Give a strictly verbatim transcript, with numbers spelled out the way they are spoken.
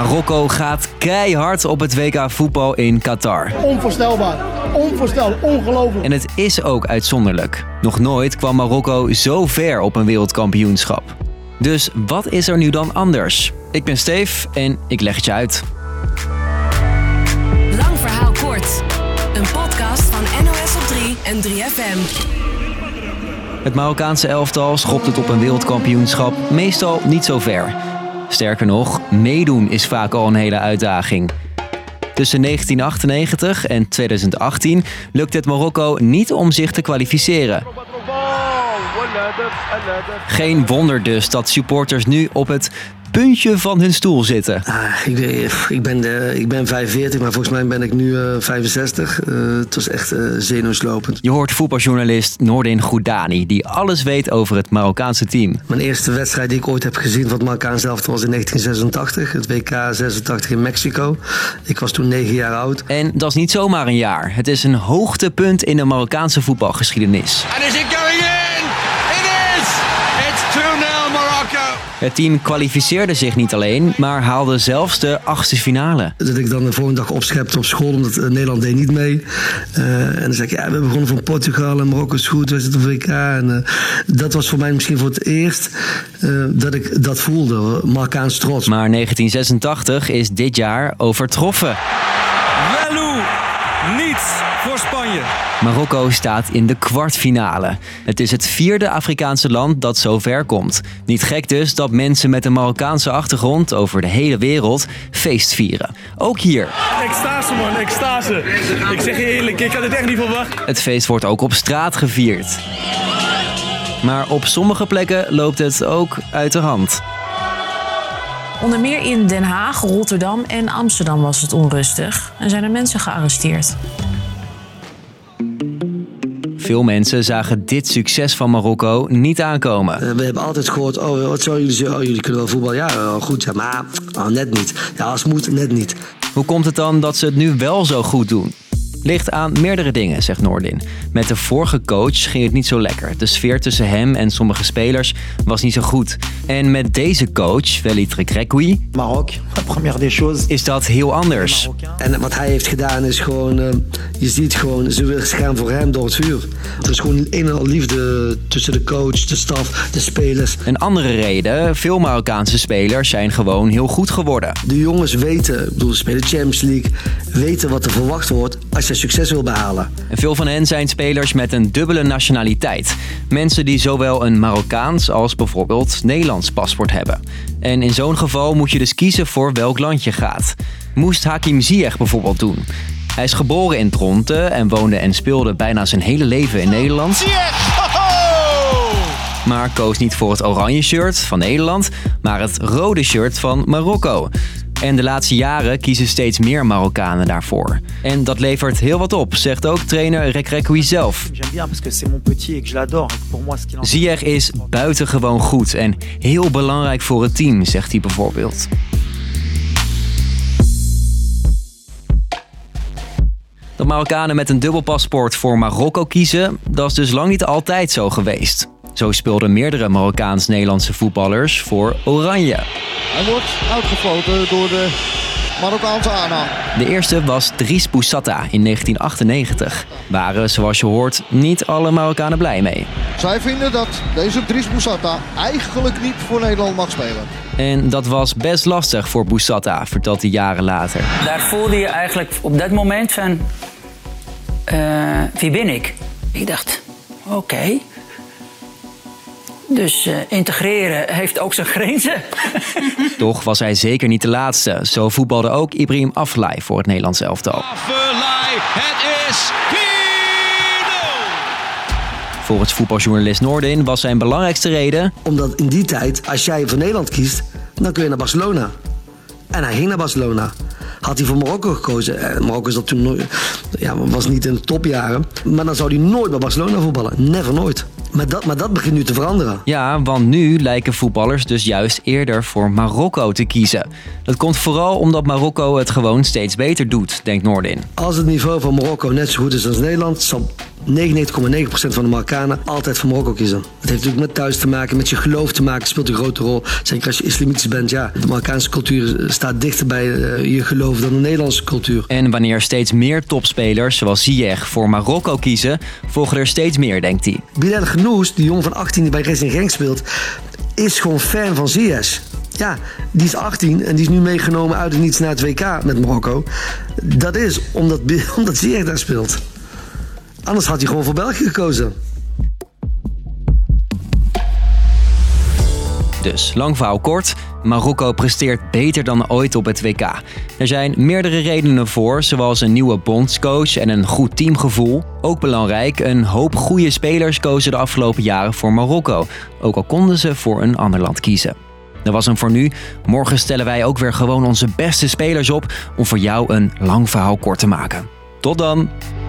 Marokko gaat keihard op het W K voetbal in Qatar. Onvoorstelbaar, onvoorstelbaar, ongelooflijk. En het is ook uitzonderlijk. Nog nooit kwam Marokko zo ver op een wereldkampioenschap. Dus wat is er nu dan anders? Ik ben Steef en ik leg het je uit. Lang verhaal kort. Een podcast van N O S op drie en drie F M. Het Marokkaanse elftal schopt het op een wereldkampioenschap meestal niet zo ver. Sterker nog, meedoen is vaak al een hele uitdaging. Tussen negentien achtennegentig en tweeduizend achttien lukt het Marokko niet om zich te kwalificeren. Geen wonder dus dat supporters nu op het puntje van hun stoel zitten. Ah, ik, ik, ben de, ik ben vijfenveertig, maar volgens mij ben ik nu uh, vijfenzestig. Uh, het was echt uh, zenuwslopend. Je hoort voetbaljournalist Noordin Goudani, die alles weet over het Marokkaanse team. Mijn eerste wedstrijd die ik ooit heb gezien van het Marokkaanse elftal was in negentien zesentachtig. Het W K zesentachtig in Mexico. Ik was toen negen jaar oud. En dat is niet zomaar een jaar. Het is een hoogtepunt in de Marokkaanse voetbalgeschiedenis. And is it going in? It is! It's two nil Morocco. Het team kwalificeerde zich niet alleen, maar haalde zelfs de achtste finale. Dat ik dan de volgende dag opschepte op school, omdat uh, Nederland deed niet mee. Uh, en dan zei ik, ja, we hebben begonnen van Portugal en Marokko is goed, we zitten op W K. En, uh, dat was voor mij misschien voor het eerst uh, dat ik dat voelde, Marokkaans trots. Maar negentien zesentachtig is dit jaar overtroffen. Welou, niets voor Spanje. Marokko staat in de kwartfinale. Het is het vierde Afrikaanse land dat zo ver komt. Niet gek dus dat mensen met een Marokkaanse achtergrond over de hele wereld feest vieren. Ook hier. Extase man, extase. Ik zeg je eerlijk, ik had het echt niet verwacht. Het feest wordt ook op straat gevierd. Maar op sommige plekken loopt het ook uit de hand. Onder meer in Den Haag, Rotterdam en Amsterdam was het onrustig en zijn er mensen gearresteerd. Veel mensen zagen dit succes van Marokko niet aankomen. Uh, we hebben altijd gehoord, oh, wat zouden jullie zeggen? Oh, jullie kunnen wel voetbal. Ja, uh, goed, ja, maar oh, net niet. Ja, als het moet, net niet. Hoe komt het dan dat ze het nu wel zo goed doen? Ligt aan meerdere dingen, zegt Noordin. Met de vorige coach ging het niet zo lekker. De sfeer tussen hem en sommige spelers was niet zo goed. En met deze coach, Walid Regragui, is dat heel anders. En wat hij heeft gedaan is gewoon, uh, je ziet gewoon, ze gaan voor hem door het vuur. Er is gewoon een en al liefde tussen de coach, de staf, de spelers. Een andere reden, veel Marokkaanse spelers zijn gewoon heel goed geworden. De jongens weten, ik bedoel, ze spelen Champions League, weten wat er verwacht wordt als je succes wil behalen. En veel van hen zijn spelers met een dubbele nationaliteit. Mensen die zowel een Marokkaans als bijvoorbeeld Nederlands paspoort hebben. En in zo'n geval moet je dus kiezen voor welk land je gaat. Moest Hakim Ziyech bijvoorbeeld doen. Hij is geboren in Dronten en woonde en speelde bijna zijn hele leven in Nederland. Maar koos niet voor het oranje shirt van Nederland, maar het rode shirt van Marokko. En de laatste jaren kiezen steeds meer Marokkanen daarvoor. En dat levert heel wat op, zegt ook trainer Regragui zelf. Ziyech is buitengewoon goed en heel belangrijk voor het team, zegt hij bijvoorbeeld. Dat Marokkanen met een dubbel paspoort voor Marokko kiezen, dat is dus lang niet altijd zo geweest. Zo speelden meerdere Marokkaans-Nederlandse voetballers voor Oranje. Hij wordt uitgefloten door de Marokkaanse aanhang. De eerste was Dries Boussata in negentien achtennegentig. Waren, zoals je hoort, niet alle Marokkanen blij mee. Zij vinden dat deze Dries Boussata eigenlijk niet voor Nederland mag spelen. En dat was best lastig voor Boussata, vertelt hij jaren later. Daar voelde je eigenlijk op dat moment van, uh, wie ben ik? Ik dacht, oké. Okay. Dus uh, integreren heeft ook zijn grenzen. Toch was hij zeker niet de laatste. Zo voetbalde ook Ibrahim Afellay voor het Nederlands elftal. Afellay, het is vier nul! Volgens voetbaljournalist Noordin was zijn belangrijkste reden... Omdat in die tijd, als jij voor Nederland kiest, dan kun je naar Barcelona. En hij ging naar Barcelona. Had hij voor Marokko gekozen. Marokko is dat toen nooit, ja, was niet in de topjaren. Maar dan zou hij nooit bij Barcelona voetballen. Never nooit. Maar dat, maar dat begint nu te veranderen. Ja, want nu lijken voetballers dus juist eerder voor Marokko te kiezen. Dat komt vooral omdat Marokko het gewoon steeds beter doet, denkt Noordin. Als het niveau van Marokko net zo goed is als Nederland, zal negenennegentig komma negen procent van de Marokkanen altijd voor Marokko kiezen. Het heeft natuurlijk met thuis te maken, met je geloof te maken, speelt een grote rol. Zeker als je islamitisch bent, ja. De Marokkaanse cultuur staat dichter bij uh, je geloof dan de Nederlandse cultuur. En wanneer steeds meer topspelers, zoals Ziyech, voor Marokko kiezen, volgen er steeds meer, denkt hij. Bilal Ghanous, die jongen van achttien die bij Racing Genk speelt, is gewoon fan van Ziyech. Ja, die is achttien en die is nu meegenomen uit het niets naar het W K met Marokko. Dat is omdat, omdat Ziyech daar speelt. Anders had hij gewoon voor België gekozen. Dus, lang verhaal kort, Marokko presteert beter dan ooit op het W K. Er zijn meerdere redenen voor, zoals een nieuwe bondscoach en een goed teamgevoel. Ook belangrijk, een hoop goede spelers kozen de afgelopen jaren voor Marokko. Ook al konden ze voor een ander land kiezen. Dat was hem voor nu. Morgen stellen wij ook weer gewoon onze beste spelers op om voor jou een lang verhaal kort te maken. Tot dan!